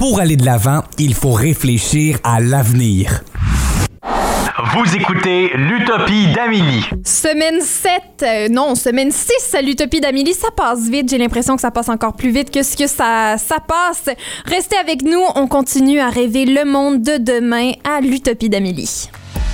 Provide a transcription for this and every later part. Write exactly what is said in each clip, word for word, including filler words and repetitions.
Pour aller de l'avant, il faut réfléchir à l'avenir. Vous écoutez l'Utopie d'Amélie. Semaine sept, euh, non, semaine six à l'Utopie d'Amélie, ça passe vite. J'ai l'impression que ça passe encore plus vite que ce que ça, ça passe. Restez avec nous, on continue à rêver le monde de demain à l'Utopie d'Amélie.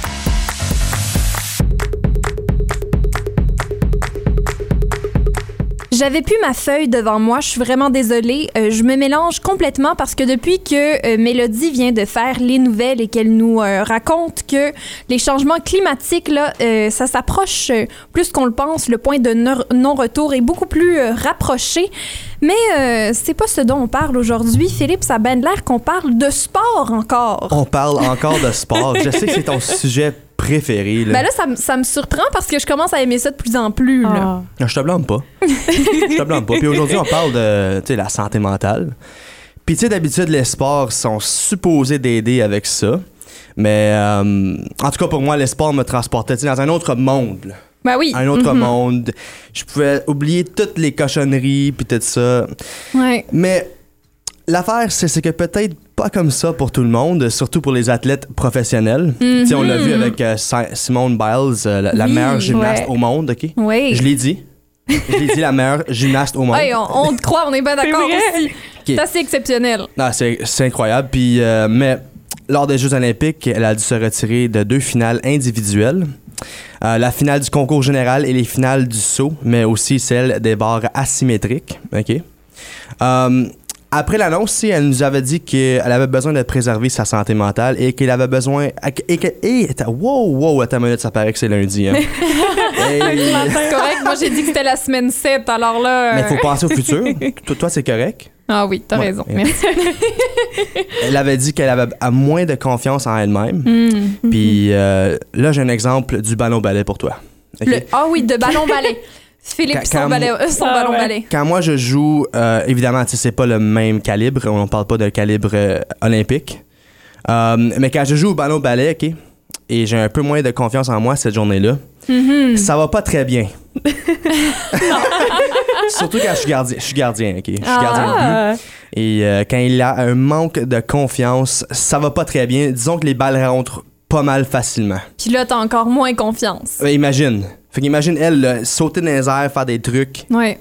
J'avais plus ma feuille devant moi, je suis vraiment désolée. Euh, je me mélange complètement parce que depuis que euh, Mélodie vient de faire les nouvelles et qu'elle nous euh, raconte que les changements climatiques, là, euh, ça s'approche euh, plus qu'on le pense. Le point de non-retour est beaucoup plus euh, rapproché. Mais euh, c'est pas ce dont on parle aujourd'hui. Philippe, ça a bien l'air qu'on parle de sport encore. On parle encore de sport. Je sais que c'est ton sujet préféré. Là. Ben là, ça, m- ça me surprend parce que je commence à aimer ça de plus en plus. Là. Oh. Je te blâme pas. Je te blâme pas. Puis aujourd'hui, on parle de tu sais, la santé mentale. Puis tu sais, d'habitude, les sports sont supposés d'aider avec ça. Mais euh, en tout cas, pour moi, les sports me transportaient dans un autre monde. Là. Ben oui. Un autre mm-hmm. monde. Je pouvais oublier toutes les cochonneries puis tout ça. Ouais. Mais l'affaire, c'est, c'est que peut-être pas comme ça pour tout le monde, surtout pour les athlètes professionnels. Mm-hmm. Tu sais, on l'a vu avec euh, Simone Biles, euh, la, la oui, meilleure gymnaste ouais. au monde, OK? Oui. Je l'ai dit. Je l'ai dit, la meilleure gymnaste au monde. Hey, on, on te croit, on est bien d'accord aussi. Okay. C'est assez exceptionnel. Non, c'est, c'est incroyable. Puis, euh, mais lors des Jeux olympiques, elle a dû se retirer de deux finales individuelles. Euh, la finale du concours général et les finales du saut, mais aussi celle des barres asymétriques. OK? Euh, après l'annonce, elle nous avait dit qu'elle avait besoin de préserver sa santé mentale et qu'elle avait besoin... Et que, et, wow, wow, attends une minute, ça paraît que c'est lundi. Hein. Et, c'est correct, moi j'ai dit que c'était la semaine sept, alors là... Euh... Mais il faut penser au futur. toi, toi, c'est correct? Ah oui, t'as ouais, raison, merci. Elle avait dit qu'elle avait moins de confiance en elle-même. Mm. Puis euh, là, j'ai un exemple du ballon-ballet pour toi. Okay? Le, ah oui, de ballon-ballet. Philippe, quand, son, balai, euh, son ah, ballon-ballet. Ouais. Quand moi, je joue, euh, évidemment, c'est pas le même calibre. On ne parle pas d'un calibre euh, olympique. Euh, mais quand je joue au ballon-ballet, OK, et j'ai un peu moins de confiance en moi cette journée-là, mm-hmm. ça va pas très bien. Surtout quand je suis gardien. Je suis gardien, OK? Je suis ah. gardien de but. Et euh, quand il a un manque de confiance, ça va pas très bien. Disons que les balles rentrent pas mal facilement. Puis là, t'as encore moins confiance. Euh, imagine. Fait qu'imagine, elle, là, sauter dans les airs, faire des trucs. Ouais.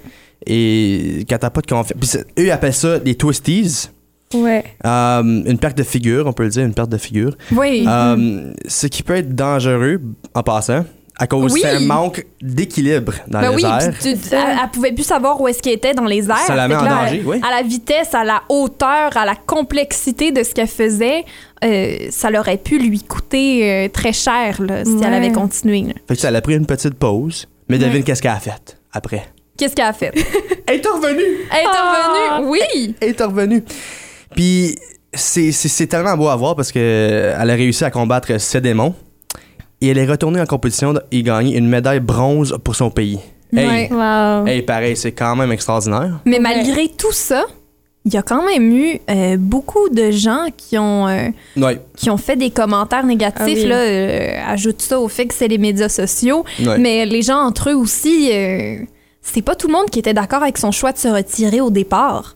Et quand t'as pas de confiance. Puis eux, ils appellent ça des twisties. Ouais. Euh, une perte de figure, on peut le dire, une perte de figure. Oui. Euh, mm. Ce qui peut être dangereux, en passant, à cause oui. d'un manque d'équilibre dans ben les oui, airs. Tu, tu, elle, elle pouvait plus savoir où est-ce qu'elle était dans les airs. Ça la met en là, danger, oui. À la vitesse, à la hauteur, à la complexité de ce qu'elle faisait, euh, ça l'aurait pu lui coûter euh, très cher là, si ouais. elle avait continué. Là. Fait que ça, elle a pris une petite pause, mais devine ouais. qu'est-ce qu'elle a fait après. Qu'est-ce qu'elle a fait? Elle est revenue! Elle est revenue, oh. oui! Elle est revenue. Puis c'est, c'est, c'est tellement beau à voir parce qu'elle a réussi à combattre ses démons. Et elle est retournée en compétition et gagné une médaille bronze pour son pays. Hey, ouais. wow. Hey, pareil, c'est quand même extraordinaire. Mais malgré ouais. tout ça, il y a quand même eu euh, beaucoup de gens qui ont, euh, ouais. qui ont fait des commentaires négatifs. Ah oui. Là, euh, ajoute ça au fait que c'est les médias sociaux. Ouais. Mais les gens entre eux aussi, euh, c'est pas tout le monde qui était d'accord avec son choix de se retirer au départ.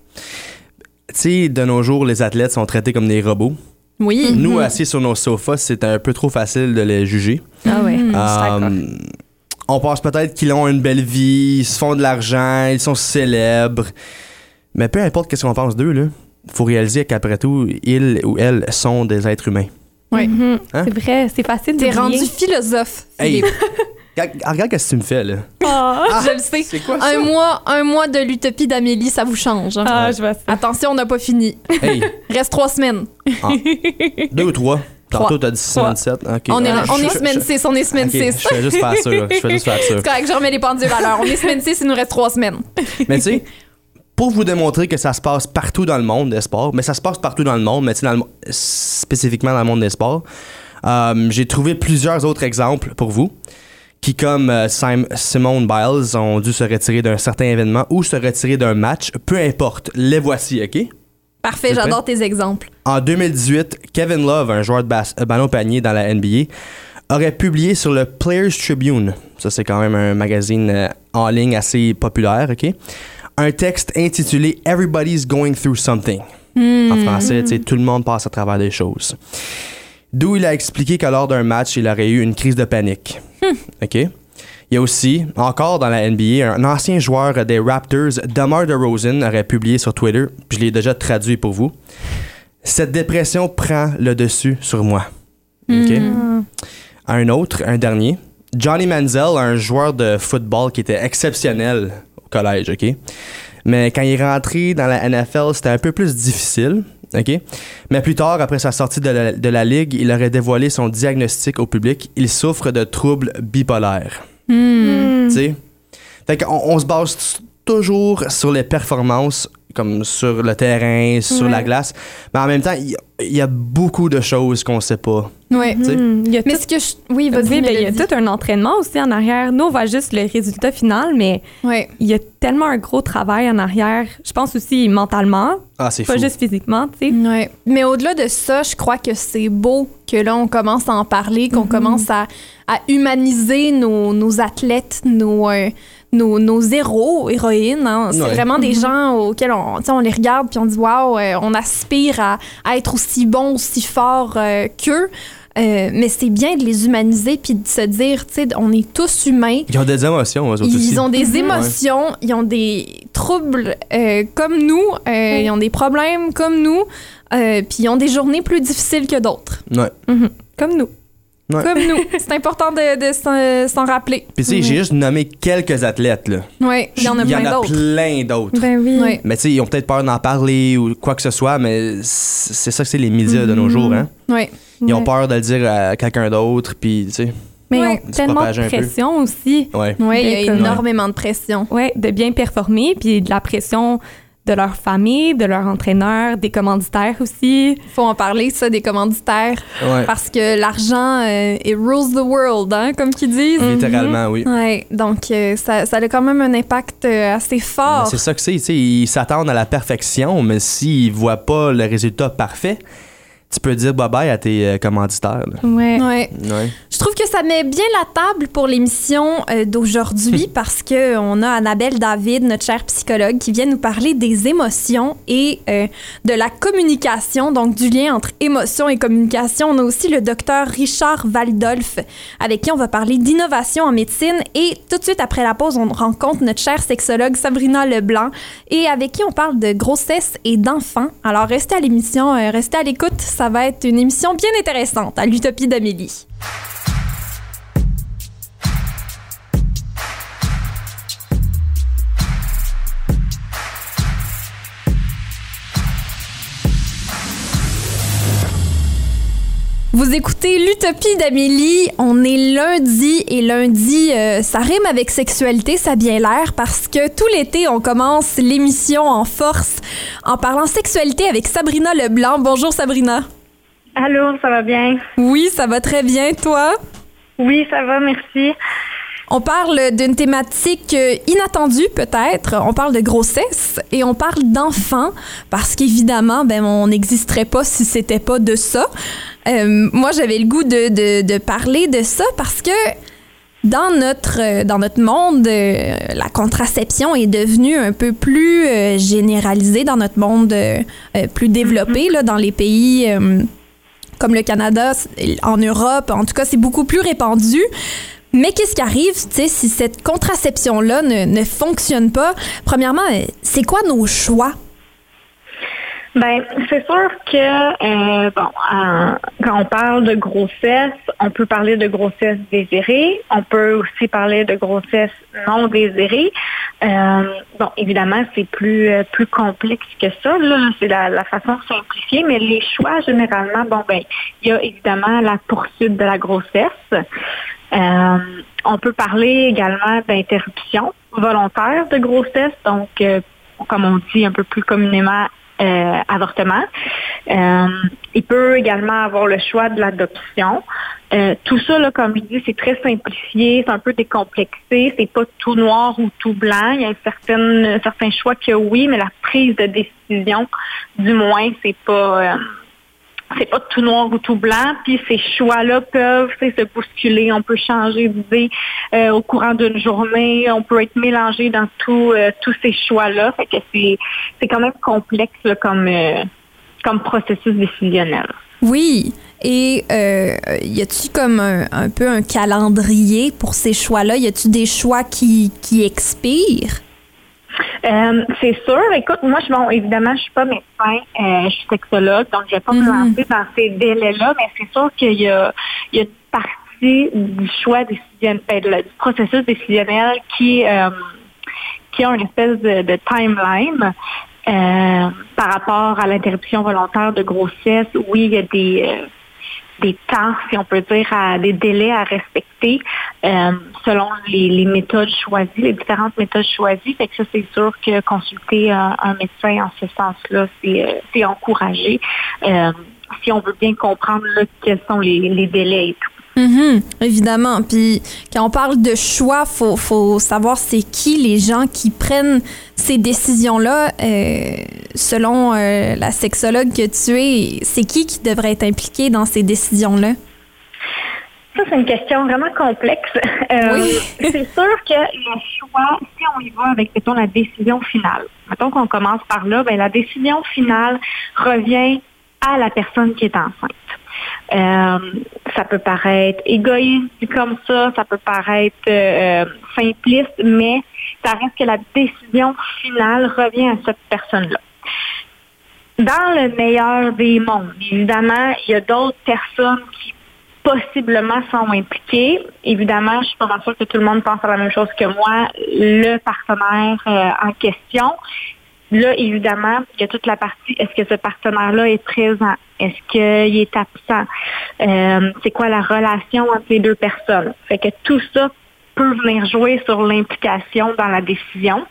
Tu sais, de nos jours, les athlètes sont traités comme des robots. Oui. Nous, mm-hmm. assis sur nos sofas, c'est un peu trop facile de les juger. Ah oui, euh, on pense peut-être qu'ils ont une belle vie, ils se font de l'argent, ils sont célèbres. Mais peu importe ce qu'on pense d'eux, il faut réaliser qu'après tout, ils ou elles sont des êtres humains. Oui, mm-hmm. hein? C'est vrai, c'est facile de T'es rendu philosophe, Philippe. Hey. Regarde ce que tu me fais, là. Oh, ah, je le sais. C'est quoi ça? Un mois, un mois de l'Utopie d'Amélie, ça vous change. Hein? Ah, je vois ça. Attention, on n'a pas fini. Hey. Reste trois semaines. Ah. Deux ou trois? Tantôt, t'as dit semaine sept. Okay. On est, ah, on je, est je, semaine je, six, on est semaine okay, six. Je fais juste faire ça. Je fais juste faire ça. C'est correct, je remets les pendules à l'heure. On est semaine six, il nous reste trois semaines. Mais tu sais, pour vous démontrer que ça se passe partout dans le monde des sports, mais ça se passe partout dans le monde, mais dans le, spécifiquement dans le monde des sports, euh, j'ai trouvé plusieurs autres exemples pour vous. Qui, comme euh, Sim- Simone Biles, ont dû se retirer d'un certain événement ou se retirer d'un match. Peu importe, les voici, OK? Parfait, c'est j'adore prêt? Tes exemples. En deux mille dix-huit, Kevin Love, un joueur de bas- euh, ballon panier dans la N B A, aurait publié sur le Players Tribune, ça c'est quand même un magazine euh, en ligne assez populaire, OK? Un texte intitulé « Everybody's going through something ». Mm. En français, tu sais, tout le monde passe à travers des choses. D'où il a expliqué que lors d'un match, il aurait eu une crise de panique. Mm. OK? Il y a aussi, encore dans la N B A, un ancien joueur des Raptors, DeMar DeRozan, aurait publié sur Twitter, puis je l'ai déjà traduit pour vous. Cette dépression prend le dessus sur moi. OK? Mm. Un autre, un dernier. Johnny Manziel, un joueur de football qui était exceptionnel au collège, OK? Mais quand il est rentré dans la N F L, c'était un peu plus difficile, OK? Mais plus tard, après sa sortie de la, de la ligue, il aurait dévoilé son diagnostic au public. Il souffre de troubles bipolaires. Mm. Tu sais? Fait qu'on on se base t- toujours sur les performances, comme sur le terrain, sur Ouais. la glace. Mais en même temps, il y, il y a beaucoup de choses qu'on sait pas. Ouais. Tu sais? Hmm, il y a Mais tout, ce que je... Oui, vas-y, oui, ben, il y a Mélodie. tout un entraînement aussi en arrière. Nous, on voit juste le résultat final, mais Ouais. il y a tellement un gros travail en arrière. Je pense aussi mentalement, Ah, c'est pas fou. juste physiquement, tu sais. Ouais. Mais au-delà de ça, je crois que c'est beau que là, on commence à en parler, qu'on commence à, à humaniser nos, nos athlètes, nos, euh, nos, nos héros, héroïnes. Hein. C'est Ouais. vraiment des gens auxquels on, tu sais, on les regarde puis on dit « Wow, euh, on aspire à, à être aussi bon, aussi fort euh, qu'eux. Euh, » Mais c'est bien de les humaniser puis de se dire, tu sais, on est tous humains. Ils ont des émotions, eux autres aussi. Ils ont des émotions, ils ont des troubles euh, comme nous, euh, ils ont des problèmes comme nous, euh, puis ils ont des journées plus difficiles que d'autres. Ouais. Mhm. Comme nous. Ouais. Comme nous. C'est important de, de s'en, s'en rappeler. Puis tu sais, j'ai juste nommé quelques athlètes, là. Oui, il y en a plein d'autres. plein d'autres. Ben oui. Ouais. Mais tu sais, ils ont peut-être peur d'en parler ou quoi que ce soit, mais c'est c'est ça que c'est les médias de nos jours, hein. Ouais. Ils ont Ouais. peur de le dire à quelqu'un d'autre, puis tu sais, Mais ils Ouais. ont Se tellement propager de un peu. pression aussi. ouais. Oui, il y a D'accord. énormément de pression. Ouais, de bien performer, puis de la pression de leur famille, de leur entraîneur, des commanditaires aussi. Faut en parler, ça, des commanditaires, Ouais. parce que l'argent, euh, it rules the world, hein, comme qu'ils disent. Littéralement, oui. Ouais, donc euh, ça, ça a quand même un impact euh, assez Mais fort. c'est ça que c'est, tu sais, ils s'attendent à la perfection, mais s'ils voient pas le résultat parfait, tu peux dire bye-bye à tes euh, commanditaires, là. Ouais. Ouais. Ouais. Je trouve que ça met bien la table pour l'émission euh, d'aujourd'hui parce que on a Annabelle David, notre chère psychologue, qui vient nous parler des émotions et euh, de la communication, donc du lien entre émotion et communication. On a aussi le docteur Richard Valdolf, avec qui on va parler d'innovation en médecine. Et tout de suite après la pause, on rencontre notre chère sexologue Sabrina Leblanc et avec qui on parle de grossesse et d'enfants. Alors restez à l'émission, euh, restez à l'écoute. Ça va être une émission bien intéressante à l'Utopie d'Amélie. Vous écoutez l'Utopie d'Amélie. On est lundi et lundi, euh, ça rime avec sexualité, ça a bien l'air parce que tout l'été, on commence l'émission en force en parlant sexualité avec Sabrina Leblanc. Bonjour Sabrina. Allô, ça va bien? Oui, ça va très bien, toi? Oui, ça va, merci. On parle d'une thématique euh, inattendue peut-être. On parle de grossesse et on parle d'enfants parce qu'évidemment, ben, on n'existerait pas si c'était pas de ça. Euh, moi, j'avais le goût de, de, de parler de ça parce que dans notre, euh, dans notre monde, euh, la contraception est devenue un peu plus euh, généralisée dans notre monde euh, euh, plus développé, là, dans les pays euh, comme le Canada, en Europe. En tout cas, c'est beaucoup plus répandu. Mais qu'est-ce qui arrive, tu sais, si cette contraception-là ne, ne fonctionne pas? Premièrement, c'est quoi nos choix? Ben, c'est sûr que, euh, bon, euh, quand on parle de grossesse, on peut parler de grossesse désirée, on peut aussi parler de grossesse non désirée. Euh, bon, évidemment, c'est plus euh, plus complexe que ça, là, c'est la, la façon simplifiée, mais les choix, généralement, bon, ben, il y a évidemment la poursuite de la grossesse. Euh, on peut parler également d'interruption volontaire de grossesse, donc, euh, comme on dit un peu plus communément, Euh, avortement. Euh, il peut également avoir le choix de l'adoption. Euh, tout ça, là, comme je dis, c'est très simplifié, c'est un peu décomplexé, c'est pas tout noir ou tout blanc. Il y a certaines, certains choix que oui, mais la prise de décision, du moins, c'est pas euh, c'est pas tout noir ou tout blanc. Puis ces choix-là peuvent se bousculer, on peut changer d'idée euh, au courant d'une journée, on peut être mélangé dans tout, euh, tous ces choix-là. Fait que c'est, c'est quand même complexe là, comme, euh, comme processus décisionnel. Oui. Et euh, y a-tu comme un, un peu un calendrier pour ces choix-là? Y a-tu des choix qui, qui expirent? Euh, c'est sûr. Écoute, moi, je, bon, évidemment, je suis pas médecin, euh, je suis sexologue, donc je vais pas mm-hmm. me lancer dans ces délais-là, mais c'est sûr qu'il y a, il y a une partie du choix décisionnel, du processus décisionnel qui, euh, qui a une espèce de, de timeline. Euh, par rapport à l'interruption volontaire de grossesse, oui, il y a des... Euh, des temps, si on peut dire, à des délais à respecter euh, selon les, les méthodes choisies, les différentes méthodes choisies. Fait que ça, c'est sûr que consulter un, un médecin en ce sens-là, c'est, euh, c'est encouragé. Euh, si on veut bien comprendre là, quels sont les, les délais et tout. Mm-hmm, évidemment. Puis quand on parle de choix, faut faut savoir c'est qui les gens qui prennent ces décisions-là. Euh, selon euh, la sexologue que tu es, c'est qui qui devrait être impliqué dans ces décisions-là? Ça, c'est une question vraiment complexe. Euh, oui. C'est sûr que le choix, si on y va avec, mettons, la décision finale, mettons qu'on commence par là, ben la décision finale revient à la personne qui est enceinte. Euh, ça peut paraître égoïste dit comme ça, ça peut paraître euh, simpliste, mais ça reste que la décision finale revient à cette personne-là. Dans le meilleur des mondes, évidemment, il y a d'autres personnes qui possiblement sont impliquées. Évidemment, je suis pas vraiment sûre que tout le monde pense à la même chose que moi, le partenaire euh, en question. Là, évidemment, il y a toute la partie, est-ce que ce partenaire-là est présent? Est-ce qu'il est absent? Euh, c'est quoi la relation entre les deux personnes? Fait que tout ça peut venir jouer sur l'implication dans la décision.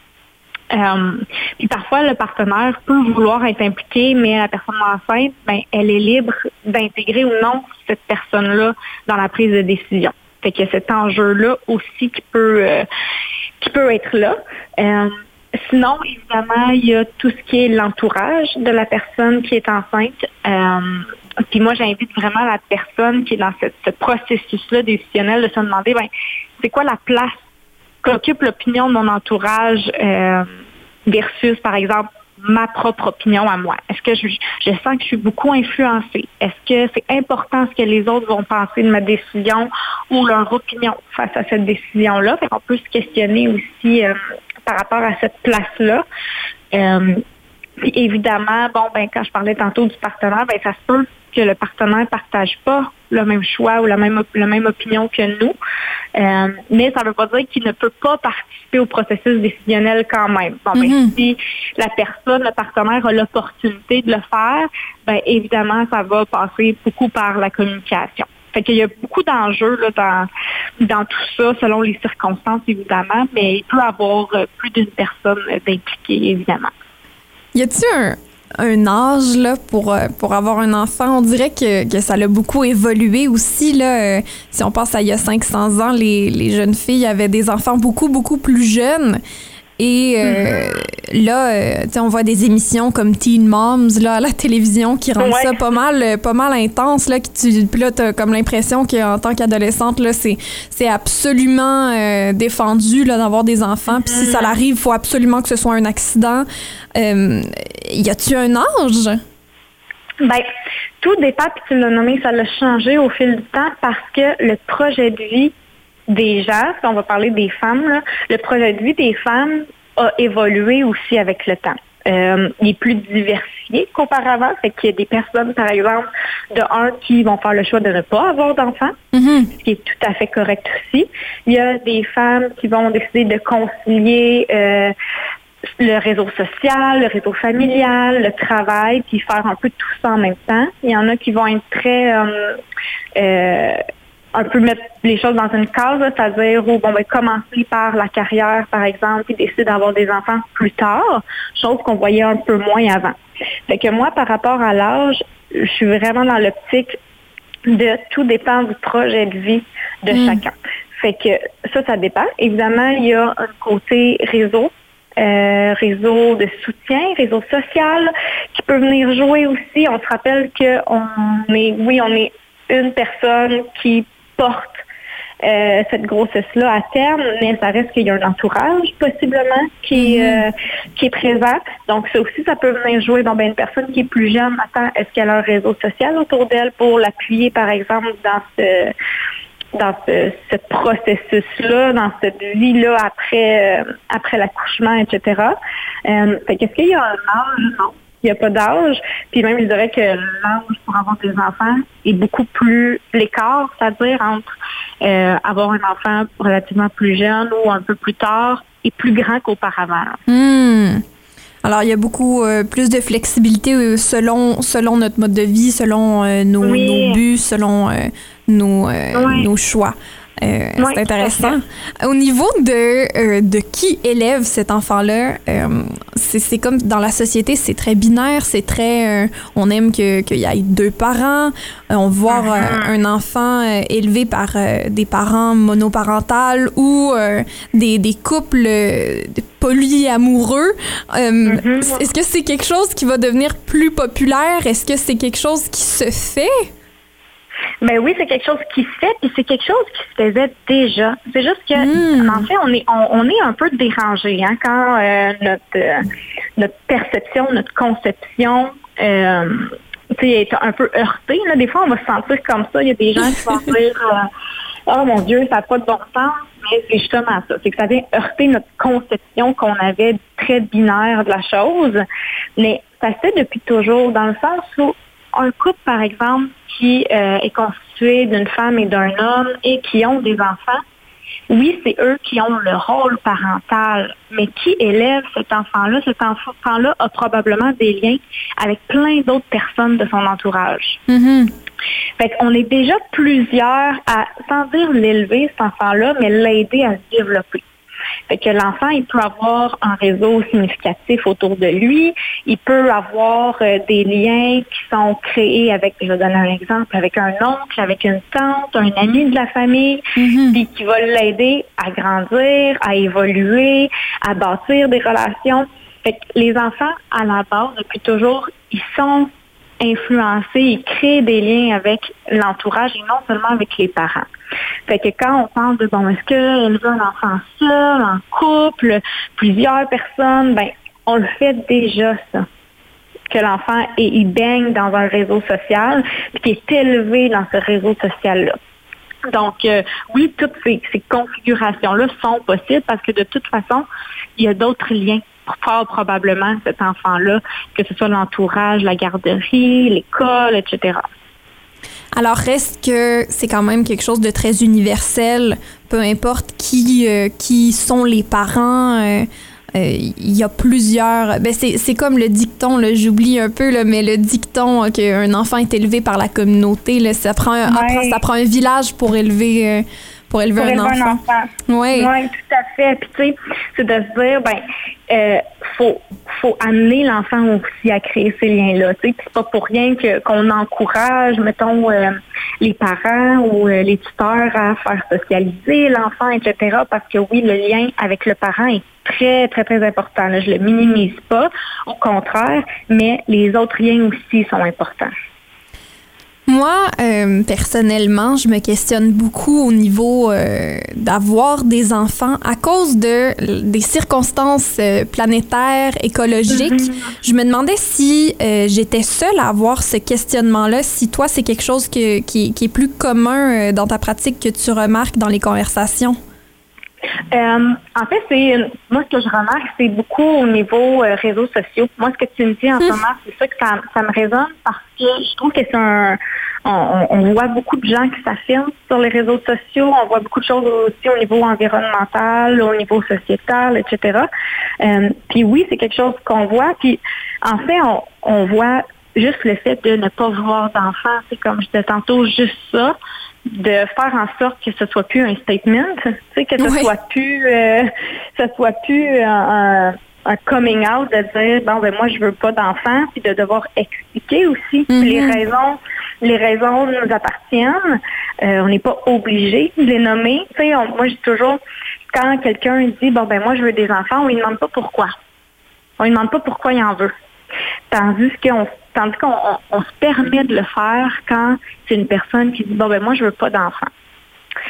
Euh, puis parfois, le partenaire peut vouloir être impliqué, mais la personne enceinte, ben, elle est libre d'intégrer ou non cette personne-là dans la prise de décision. Fait qu'il y a cet enjeu-là aussi qui peut, euh, qui peut être là. Euh, Sinon, évidemment, il y a tout ce qui est l'entourage de la personne qui est enceinte. Euh, puis moi, j'invite vraiment la personne qui est dans ce, ce processus-là décisionnel de se demander, ben, c'est quoi la place qu'occupe l'opinion de mon entourage euh, versus, par exemple, ma propre opinion à moi. Est-ce que je, je sens que je suis beaucoup influencée? Est-ce que c'est important ce que les autres vont penser de ma décision ou leur opinion face à cette décision-là? Fait qu'on peut se questionner aussi euh, par rapport à cette place-là. Euh, puis évidemment, bon, ben quand je parlais tantôt du partenaire, ben ça se peut que le partenaire ne partage pas le même choix ou la même, la même opinion que nous. Euh, mais ça ne veut pas dire qu'il ne peut pas participer au processus décisionnel quand même. Bon, ben, mm-hmm. si la personne, le partenaire a l'opportunité de le faire, ben évidemment, ça va passer beaucoup par la communication. Fait qu'il y a beaucoup d'enjeux là, dans, dans tout ça, selon les circonstances, évidemment, mais il peut y avoir plus d'une personne d'impliquée, évidemment. Y a-t-il un, un âge là, pour, pour avoir un enfant? On dirait que, que ça a beaucoup évolué aussi. Là. Euh, si on pense à il y a cinq cents ans, les, les jeunes filles avaient des enfants beaucoup, beaucoup plus jeunes. Et euh, mm-hmm. là, euh, on voit des émissions comme Teen Moms là, à la télévision qui rendent ouais. ça pas mal, pas mal intense. Là, qui tu, puis là, t'as comme l'impression qu'en tant qu'adolescente, là, c'est, c'est absolument euh, défendu là, d'avoir des enfants. Puis mm-hmm. si ça l'arrive, il faut absolument que ce soit un accident. Euh, y a-tu un âge? Ben, tout dépend, puis tu l'as nommé, ça a changé au fil du temps parce que le projet de vie des gens, si on va parler des femmes, là, le projet de vie des femmes a évolué aussi avec le temps. Euh, il est plus diversifié qu'auparavant. Fait qu'il y a des personnes, par exemple, de un, qui vont faire le choix de ne pas avoir d'enfants, mm-hmm. ce qui est tout à fait correct aussi. Il y a des femmes qui vont décider de concilier euh, le réseau social, le réseau familial, le travail, puis faire un peu tout ça en même temps. Il y en a qui vont être très... Euh, euh, un peu mettre les choses dans une case, là, c'est-à-dire où bon, ben, commencer par la carrière, par exemple, puis décider d'avoir des enfants plus tard, chose qu'on voyait un peu moins avant. Fait que moi, par rapport à l'âge, je suis vraiment dans l'optique de tout dépend du projet de vie de mmh. chacun. Fait que ça, ça dépend. Évidemment, il y a un côté réseau, euh, réseau de soutien, réseau social, qui peut venir jouer aussi. On se rappelle qu'on est, oui, on est une personne qui porte euh, cette grossesse-là à terme, mais ça reste qu'il y a un entourage possiblement qui est, mm-hmm. euh, qui est présent. Donc ça aussi, ça peut venir jouer. Donc, ben, une personne qui est plus jeune, attends, est-ce qu'elle a un réseau social autour d'elle pour l'appuyer, par exemple, dans ce dans ce, ce processus-là, dans cette vie-là après euh, après l'accouchement, et cetera. Euh, fait qu'est-ce qu'il y a un âge? Non. Il n'y a pas d'âge. Puis même, je dirais que l'âge pour avoir des enfants est beaucoup plus l'écart, c'est-à-dire entre euh, avoir un enfant relativement plus jeune ou un peu plus tard et plus grand qu'auparavant. Mmh. Alors, il y a beaucoup euh, plus de flexibilité euh, selon, selon notre mode de vie, selon euh, nos, oui. nos buts, selon euh, nos, euh, oui. nos choix. Euh, oui, c'est intéressant. Au niveau de, euh, de qui élève cet enfant-là, euh, c'est, c'est comme dans la société, c'est très binaire, c'est très... Euh, on aime que, qu'il y ait deux parents. Euh, on voit uh-huh. euh, un enfant euh, élevé par euh, des parents monoparentales ou euh, des, des couples euh, polyamoureux. Euh, uh-huh. Est-ce que c'est quelque chose qui va devenir plus populaire? Est-ce que c'est quelque chose qui se fait? Ben oui, c'est quelque chose qui se fait, puis c'est quelque chose qui se faisait déjà. C'est juste que, mmh. en fait, on est on, on est un peu dérangé hein, quand euh, notre euh, notre perception, notre conception euh, est un peu heurtée. Là. Des fois, on va se sentir comme ça. Il y a des gens qui vont dire euh, oh mon Dieu, ça n'a pas de bon sens. Mais c'est justement ça. C'est que ça vient heurter notre conception qu'on avait très binaire de la chose. Mais ça se fait depuis toujours, dans le sens où un couple, par exemple, qui euh, est constitué d'une femme et d'un homme et qui ont des enfants, oui, c'est eux qui ont le rôle parental, mais qui élève cet enfant-là? Cet enfant-là a probablement des liens avec plein d'autres personnes de son entourage. Mm-hmm. Fait qu'on est déjà plusieurs à, sans dire l'élever, cet enfant-là, mais l'aider à se développer. Fait que l'enfant, il peut avoir un réseau significatif autour de lui. Il peut avoir euh, des liens qui sont créés avec, je vais donner un exemple, avec un oncle, avec une tante, un ami de la famille, mm-hmm. puis qui va l'aider à grandir, à évoluer, à bâtir des relations. Fait que les enfants, à la base, depuis toujours, ils sont influencés, ils créent des liens avec l'entourage et non seulement avec les parents. Fait que quand on parle de, bon, est-ce qu'elle veut un enfant seul, en couple, plusieurs personnes, ben, on le fait déjà, ça. Que l'enfant, est, il baigne dans un réseau social, puis qu'il est élevé dans ce réseau social-là. Donc, euh, oui, toutes ces, ces configurations-là sont possibles parce que de toute façon, il y a d'autres liens fort probablement, cet enfant-là, que ce soit l'entourage, la garderie, l'école, et cetera. Alors, reste que c'est quand même quelque chose de très universel, peu importe qui, euh, qui sont les parents. Euh, euh, il y a plusieurs... Ben c'est, c'est comme le dicton, là, j'oublie un peu, là, mais le dicton euh, qu'un enfant est élevé par la communauté, là, ça, prend un, ouais. ça prend un village pour élever... Euh, Pour élever, pour un, élever enfant. un enfant. Oui. Oui, tout à fait. Puis, tu sais, c'est de se dire, ben, euh, faut, faut amener l'enfant aussi à créer ces liens-là. Tu sais, c'est pas pour rien que, qu'on encourage, mettons, euh, les parents ou euh, les tuteurs à faire socialiser l'enfant, et cetera. Parce que oui, le lien avec le parent est très, très, très important. Là, je le minimise pas, au contraire, mais les autres liens aussi sont importants. Moi, euh, personnellement, je me questionne beaucoup au niveau euh, d'avoir des enfants à cause de des circonstances euh, planétaires, écologiques. Mm-hmm. Je me demandais si euh, j'étais seule à avoir ce questionnement-là, si toi, c'est quelque chose que, qui, qui est plus commun euh, dans ta pratique que tu remarques dans les conversations. Euh, en fait, c'est moi ce que je remarque, c'est beaucoup au niveau euh, réseaux sociaux. Moi, ce que tu me dis en mmh. ce moment, c'est ça que ça, ça me résonne parce que je trouve que c'est un on, on voit beaucoup de gens qui s'affirment sur les réseaux sociaux, on voit beaucoup de choses aussi au niveau environnemental, au niveau sociétal, et cetera. Euh, puis oui, c'est quelque chose qu'on voit. Puis en fait, on, on voit juste le fait de ne pas voir d'enfants, c'est comme je disais tantôt, juste ça. De faire en sorte que ce soit plus un statement, tu sais, que ce oui. soit plus, euh, ce soit plus un, un coming out de dire bon ben moi je veux pas d'enfants, puis de devoir expliquer aussi mm-hmm. les raisons, les raisons nous appartiennent. Euh, on n'est pas obligé de les nommer. Tu sais, on, moi je dis toujours quand quelqu'un dit bon ben moi je veux des enfants, on lui demande pas pourquoi. On lui demande pas pourquoi il en veut. Tandis qu'on Tandis qu'on on, on se permet de le faire quand c'est une personne qui dit bon ben moi je veux pas d'enfant.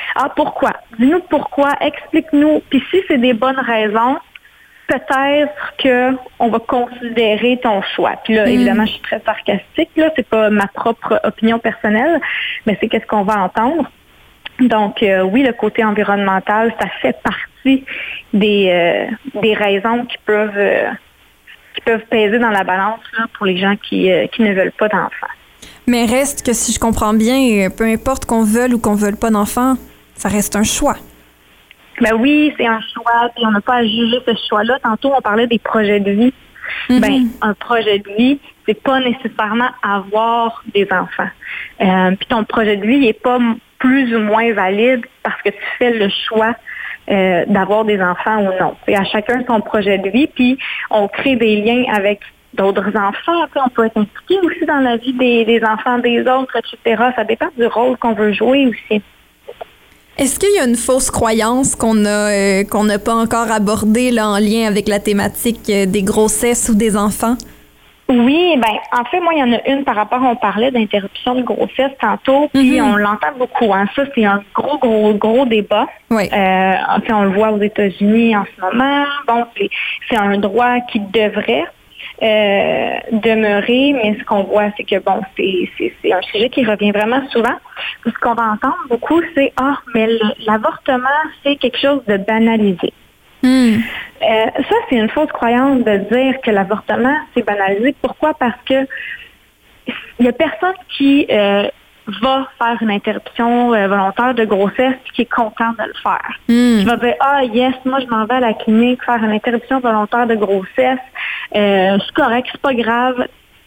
Ah, pourquoi? Dis-nous pourquoi, explique-nous. Puis si c'est des bonnes raisons, peut-être qu'on va considérer ton choix. Puis là, mm. évidemment, je suis très sarcastique, là, c'est pas ma propre opinion personnelle, mais c'est qu'est-ce qu'on va entendre. Donc, euh, oui, le côté environnemental, ça fait partie des, euh, des raisons qui peuvent, euh, qui peuvent peser dans la balance là, pour les gens qui, euh, qui ne veulent pas d'enfants. Mais reste que, si je comprends bien, peu importe qu'on veuille ou qu'on ne veuille pas d'enfants, ça reste un choix. Ben oui, c'est un choix, puis on n'a pas à juger ce choix-là. Tantôt, on parlait des projets de vie. Mm-hmm. Ben, un projet de vie, c'est pas nécessairement avoir des enfants. Euh, puis ton projet de vie, il n'est pas plus ou moins valide parce que tu fais le choix euh, d'avoir des enfants ou non. Et à chacun son projet de vie, puis on crée des liens avec d'autres enfants. On peut être impliqué aussi dans la vie des, des enfants des autres, et cetera. Ça dépend du rôle qu'on veut jouer aussi. Est-ce qu'il y a une fausse croyance qu'on a euh, qu'on n'a pas encore abordée là, en lien avec la thématique euh, des grossesses ou des enfants? Oui, ben en fait, moi, il y en a une par rapport, on parlait d'interruption de grossesse tantôt, puis mm-hmm. on l'entend beaucoup. Hein. Ça, c'est un gros, gros, gros débat. Oui. Euh, en fait, on le voit aux États-Unis en ce moment. Bon, c'est, c'est un droit qui devrait euh, demeurer, mais ce qu'on voit, c'est que, bon, c'est, c'est, c'est un sujet qui revient vraiment souvent. Puis ce qu'on va entendre beaucoup, c'est « Ah, mais le, l'avortement, c'est quelque chose de banalisé. » Mm. Euh, ça, c'est une fausse croyance de dire que l'avortement, c'est banalisé. Pourquoi? Parce que il y a personne qui euh, va faire une interruption euh, volontaire de grossesse et qui est content de le faire. Mm. Qui va dire, ah yes, moi je m'en vais à la clinique faire une interruption volontaire de grossesse. Euh, c'est correct, c'est pas grave.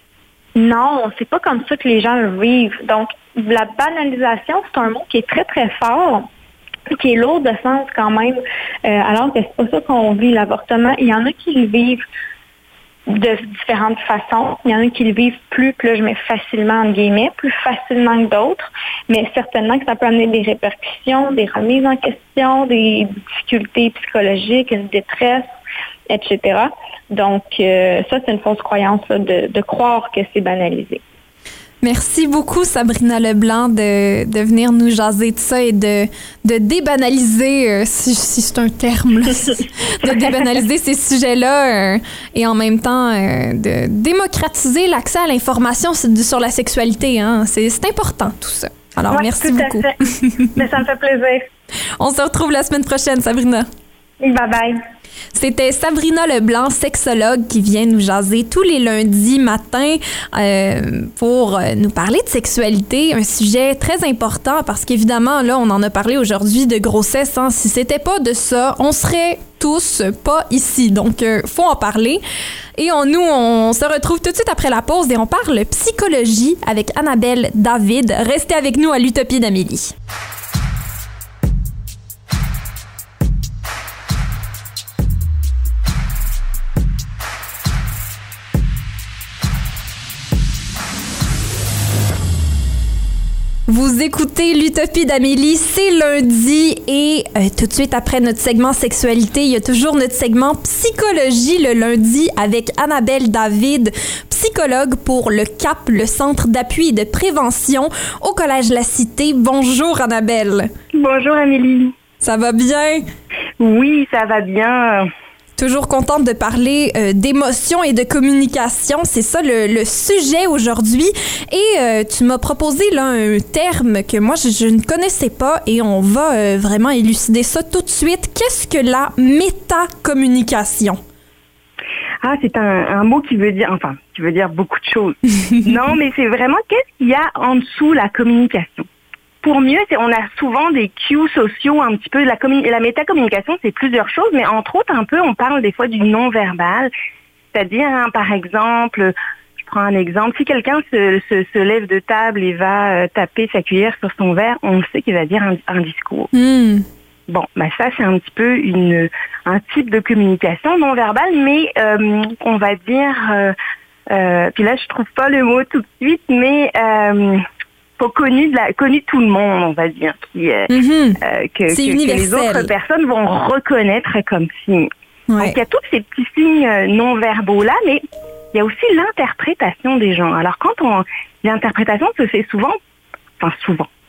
Non, c'est pas comme ça que les gens le vivent. Donc, la banalisation, c'est un mot qui est très, très fort, qui est lourd de sens quand même, euh, alors que c'est pas ça qu'on vit, l'avortement. Il y en a qui le vivent de différentes façons. Il y en a qui le vivent plus, puis là, je mets facilement, entre guillemets, plus facilement que d'autres, mais certainement que ça peut amener des répercussions, des remises en question, des difficultés psychologiques, une détresse, et cetera. Donc, euh, ça, c'est une fausse croyance là, de, de croire que c'est banalisé. Merci beaucoup, Sabrina Leblanc, de, de venir nous jaser de ça et de, de débanaliser, euh, si, si c'est un terme, là, de débanaliser ces sujets-là euh, et en même temps euh, de démocratiser l'accès à l'information sur la sexualité. Hein. C'est, c'est important, tout ça. Alors, ouais, merci tout beaucoup. À fait. Mais ça me fait plaisir. On se retrouve la semaine prochaine, Sabrina. Bye-bye. C'était Sabrina Leblanc, sexologue, qui vient nous jaser tous les lundis matins euh, pour nous parler de sexualité, un sujet très important parce qu'évidemment, là, on en a parlé aujourd'hui de grossesse. Hein. Si c'était pas de ça, on serait tous pas ici. Donc, euh, faut en parler. Et on, nous, on se retrouve tout de suite après la pause et on parle psychologie avec Annabelle David. Restez avec nous à l'Utopie d'Amélie. Vous écoutez l'Utopie d'Amélie, c'est lundi et euh, tout de suite après notre segment sexualité, il y a toujours notre segment psychologie le lundi avec Annabelle David, psychologue pour le C A P, le Centre d'appui et de prévention au Collège La Cité. Bonjour Annabelle. Bonjour Amélie. Ça va bien? Oui, ça va bien. Toujours contente de parler euh, d'émotions et de communication. C'est ça le, le sujet aujourd'hui. Et euh, tu m'as proposé là un terme que moi, je, je ne connaissais pas et on va euh, vraiment élucider ça tout de suite. Qu'est-ce que la métacommunication? Ah, c'est un, un mot qui veut dire, enfin, qui veut dire beaucoup de choses. Non, mais c'est vraiment qu'est-ce qu'il y a en dessous la communication? Pour mieux, c'est, on a souvent des cues sociaux, un petit peu. La, communi- la métacommunication, c'est plusieurs choses, mais entre autres, un peu, on parle des fois du non-verbal. C'est-à-dire, hein, par exemple, je prends un exemple, si quelqu'un se, se, se lève de table et va euh, taper sa cuillère sur son verre, on sait qu'il va dire un, un discours. Mm. Bon, bah ça, c'est un petit peu une, un type de communication non-verbale, mais euh, on va dire, euh, euh, puis là, je trouve pas le mot tout de suite, mais... Euh, connu de la connu de tout le monde, on va dire, qui euh, mm-hmm. euh, que, que, que les autres personnes vont reconnaître comme signe. Ouais. Donc il y a tous ces petits signes non verbaux là, mais il y a aussi l'interprétation des gens. Alors quand on l'interprétation se fait souvent, enfin souvent,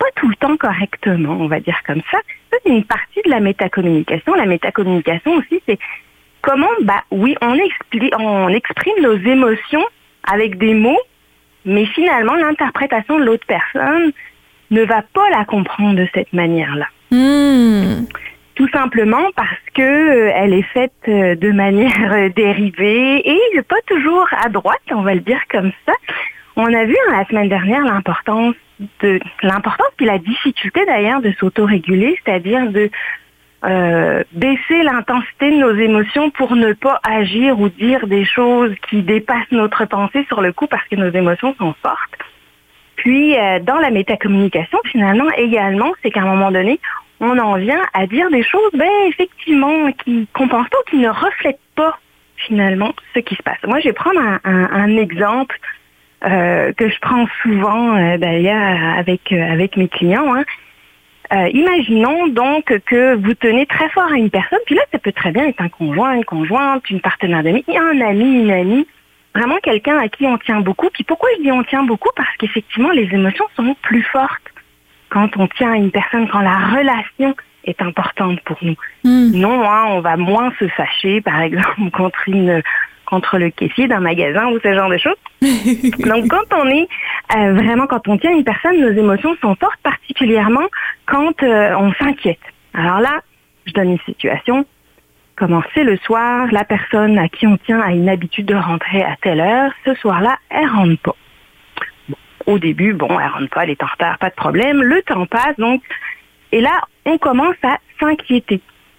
pas tout le temps correctement, on va dire comme ça. Ça, c'est une partie de la métacommunication. La métacommunication aussi, c'est comment, bah oui, on, expli- on exprime nos émotions avec des mots, mais finalement, l'interprétation de l'autre personne ne va pas la comprendre de cette manière-là. Mmh. Tout simplement parce que euh, elle est faite euh, de manière euh, dérivée et pas toujours à droite, on va le dire comme ça. On a vu hein, la semaine dernière l'importance de l'importance puis la difficulté d'ailleurs de s'autoréguler, c'est-à-dire de euh, baisser l'intensité de nos émotions pour ne pas agir ou dire des choses qui dépassent notre pensée sur le coup parce que nos émotions sont fortes. Puis euh, dans la métacommunication, finalement également, c'est qu'à un moment donné, on en vient à dire des choses, ben effectivement, qui qu'on pense pas ou qui ne reflètent pas finalement ce qui se passe. Moi, je vais prendre un, un, un exemple euh, que je prends souvent euh, d'ailleurs avec euh, avec mes clients. Hein. Euh, imaginons donc que vous tenez très fort à une personne, puis là, ça peut très bien être un conjoint, une conjointe, une partenaire d'amis, un ami, une amie, vraiment quelqu'un à qui on tient beaucoup. Puis pourquoi je dis on tient beaucoup? Parce qu'effectivement, les émotions sont plus fortes quand on tient à une personne, quand la relation est importante pour nous. Mm. Non, hein, on va moins se fâcher, par exemple, contre une contre le caissier d'un magasin ou ce genre de choses. Donc, quand on est euh, vraiment, quand on tient à une personne, nos émotions sont fortes, particulièrement quand euh, on s'inquiète. Alors là, je donne une situation. Comment c'est le soir, la personne à qui on tient a une habitude de rentrer à telle heure. Ce soir-là, elle rentre pas. Au début, bon, elle rentre pas, elle est en retard, pas de problème. Le temps passe, donc, et là, on commence à s'inquiéter.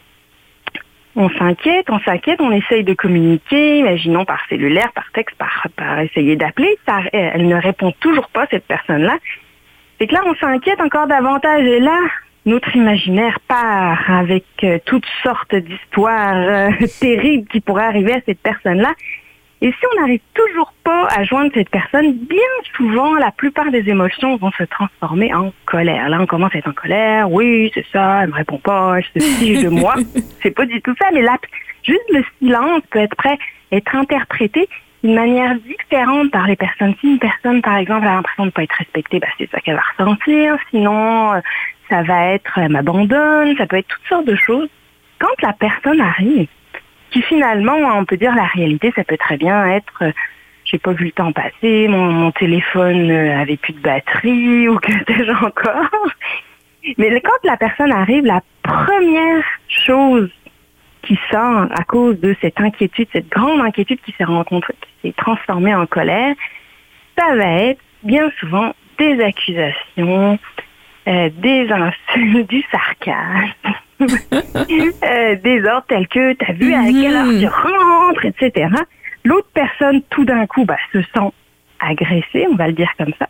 On s'inquiète, on s'inquiète, on essaye de communiquer, imaginons par cellulaire, par texte, par, par essayer d'appeler. Ça, elle ne répond toujours pas, cette personne-là. C'est que là, on s'inquiète encore davantage. Et là, notre imaginaire part avec euh, toutes sortes d'histoires euh, terribles qui pourraient arriver à cette personne-là. Et si on n'arrive toujours pas à joindre cette personne, bien souvent, la plupart des émotions vont se transformer en colère. Là, on commence à être en colère. Oui, c'est ça, elle me répond pas, je se fiche de moi. C'est pas du tout ça, mais là, juste le silence peut être prêt à être interprété d'une manière différente par les personnes. Si une personne, par exemple, a l'impression de ne pas être respectée, bah, c'est ça qu'elle va ressentir. Sinon, euh, ça va être, elle m'abandonne, ça peut être toutes sortes de choses. Quand la personne arrive, qui finalement, on peut dire la réalité, ça peut très bien être, euh, j'ai pas vu le temps passer, mon, mon téléphone euh, avait plus de batterie ou que sais-je encore. Mais quand la personne arrive, la première chose qui sort à cause de cette inquiétude, cette grande inquiétude qui s'est rencontrée, qui s'est transformée en colère, ça va être bien souvent des accusations, euh, des insultes, du sarcasme. euh, des ordres tels que t'as vu à quelle heure tu rentres, et cetera. L'autre personne, tout d'un coup, bah, se sent agressée, on va le dire comme ça.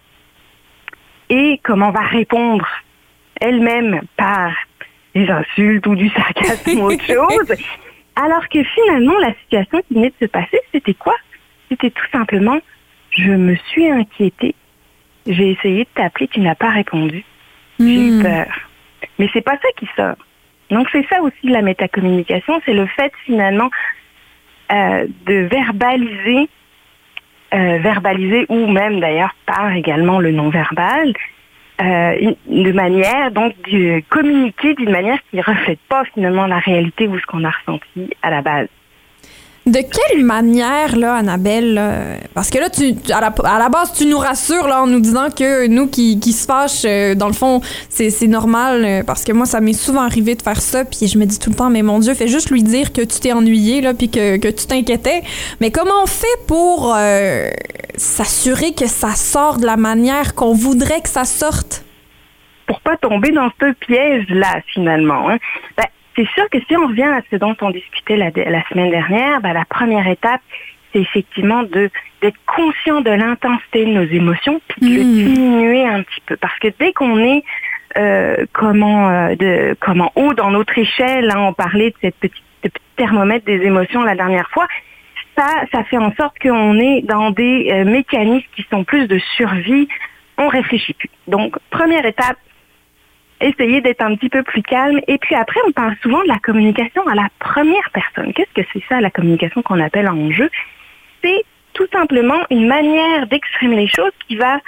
Et comment va répondre elle-même par des insultes ou du sarcasme ou autre chose. Alors que finalement, la situation qui venait de se passer, c'était quoi? C'était tout simplement, je me suis inquiétée. J'ai essayé de t'appeler, tu n'as pas répondu. J'ai mmh. eu peur. Mais c'est pas ça qui sort. Donc, c'est ça aussi la métacommunication, c'est le fait finalement euh, de verbaliser, euh, verbaliser ou même d'ailleurs par également le non-verbal, euh, de manière, donc, de communiquer d'une manière qui ne reflète pas finalement la réalité ou ce qu'on a ressenti à la base. De quelle manière, là, Annabelle, là, parce que là, tu, à, la, à la base, tu nous rassures là, en nous disant que nous qui, qui se fâchent, euh, dans le fond, c'est, c'est normal, euh, parce que moi, ça m'est souvent arrivé de faire ça, puis je me dis tout le temps, mais mon Dieu, fais juste lui dire que tu t'es ennuyé, là, puis que, que tu t'inquiétais. Mais comment on fait pour euh, s'assurer que ça sort de la manière qu'on voudrait que ça sorte? Pour pas tomber dans ce piège-là, finalement, hein. Ben, c'est sûr que si on revient à ce dont on discutait la, la semaine dernière, ben la première étape, c'est effectivement de d'être conscient de l'intensité de nos émotions, puis de mmh. le diminuer un petit peu. Parce que dès qu'on est euh, comment euh, de comment haut dans notre échelle, hein, on parlait de cette petite de petit thermomètre des émotions la dernière fois, ça ça fait en sorte qu'on est dans des euh, mécanismes qui sont plus de survie. On réfléchit plus. Donc première étape, essayer d'être un petit peu plus calme. Et puis après, on parle souvent de la communication à la première personne. Qu'est-ce que c'est ça, la communication qu'on appelle en jeu? C'est tout simplement une manière d'exprimer les choses qui va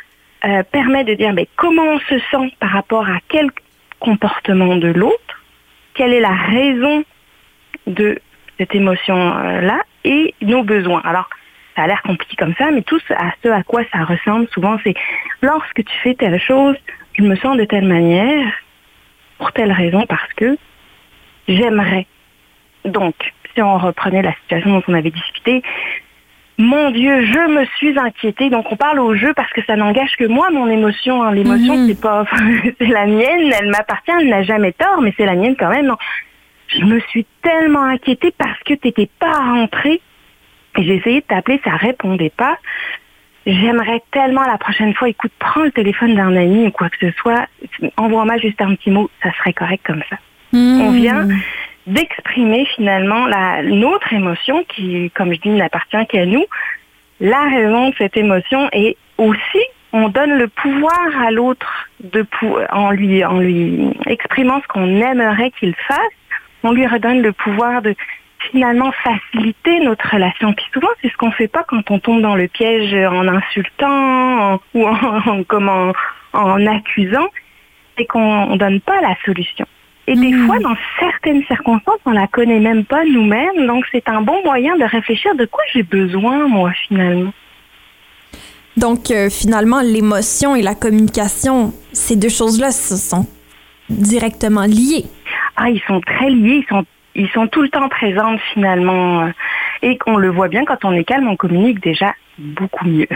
euh, permet de dire ben, comment on se sent par rapport à quel comportement de l'autre, quelle est la raison de cette émotion-là et nos besoins. Alors, ça a l'air compliqué comme ça, mais tout à ce à quoi ça ressemble souvent, c'est lorsque tu fais telle chose, je me sens de telle manière, pour telle raison, parce que j'aimerais. Donc, si on reprenait la situation dont on avait discuté, mon Dieu, je me suis inquiétée. Donc, on parle au jeu parce que ça n'engage que moi, mon émotion. Hein. L'émotion, mm-hmm. c'est pas, c'est la mienne, elle m'appartient, elle n'a jamais tort, mais c'est la mienne quand même. Non. Je me suis tellement inquiétée parce que t'étais pas rentrée. Et j'ai essayé de t'appeler, ça répondait pas. J'aimerais tellement la prochaine fois, écoute, prends le téléphone d'un ami ou quoi que ce soit, envoie-moi juste un petit mot, ça serait correct comme ça. Mmh. On vient d'exprimer finalement la, notre émotion qui, comme je dis, n'appartient qu'à nous. La raison de cette émotion et aussi, on donne le pouvoir à l'autre de pou- en lui, en lui exprimant ce qu'on aimerait qu'il fasse, on lui redonne le pouvoir de finalement faciliter notre relation. Puis souvent, c'est ce qu'on fait pas quand on tombe dans le piège en insultant en, ou en, en, comme en, en accusant, c'est qu'on ne donne pas la solution. Et mmh. des fois, dans certaines circonstances, on la connaît même pas nous-mêmes, donc c'est un bon moyen de réfléchir de quoi j'ai besoin, moi, finalement. Donc, euh, finalement, l'émotion et la communication, ces deux choses-là sont directement liées. Ah, ils sont très liés, ils sont Ils sont tout le temps présentes finalement et qu'on le voit bien quand on est calme, on communique déjà beaucoup mieux.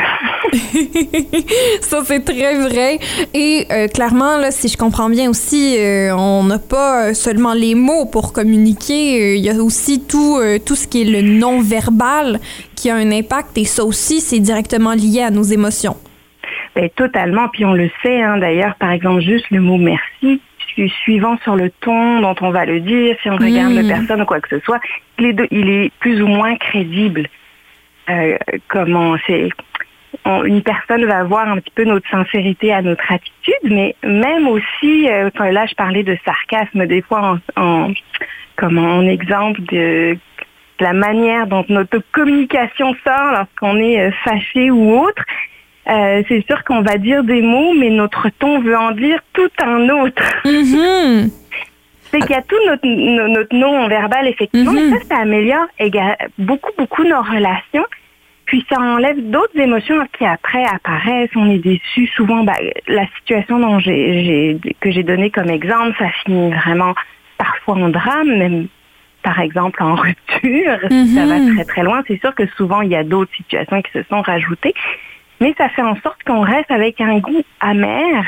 Ça, c'est très vrai. Et euh, clairement, là, si je comprends bien aussi, euh, on n'a pas seulement les mots pour communiquer. Il euh, y a aussi tout, euh, tout ce qui est le non-verbal qui a un impact et ça aussi, c'est directement lié à nos émotions. Bien, totalement. Puis on le sait, hein, d'ailleurs, par exemple, juste le mot « merci ». Suivant sur le ton dont on va le dire, si on regarde mmh. la personne ou quoi que ce soit, il est, de, il est plus ou moins crédible. Euh, comment c'est, on, une personne va voir un petit peu notre sincérité à notre attitude, mais même aussi, euh, quand là je parlais de sarcasme des fois en, en, comme en exemple de, de la manière dont notre communication sort lorsqu'on est euh, fâché ou autre. Euh, c'est sûr qu'on va dire des mots, mais notre ton veut en dire tout un autre. Mm-hmm. C'est qu'il y a tout notre, notre non-verbal, effectivement, mm-hmm. mais ça, ça améliore éga- beaucoup, beaucoup nos relations. Puis ça enlève d'autres émotions qui après apparaissent. On est déçu. Souvent, bah, la situation dont j'ai, j'ai, que j'ai donnée comme exemple, ça finit vraiment parfois en drame, même par exemple en rupture. Mm-hmm. Ça va très, très loin. C'est sûr que souvent, il y a d'autres situations qui se sont rajoutées. Mais ça fait en sorte qu'on reste avec un goût amer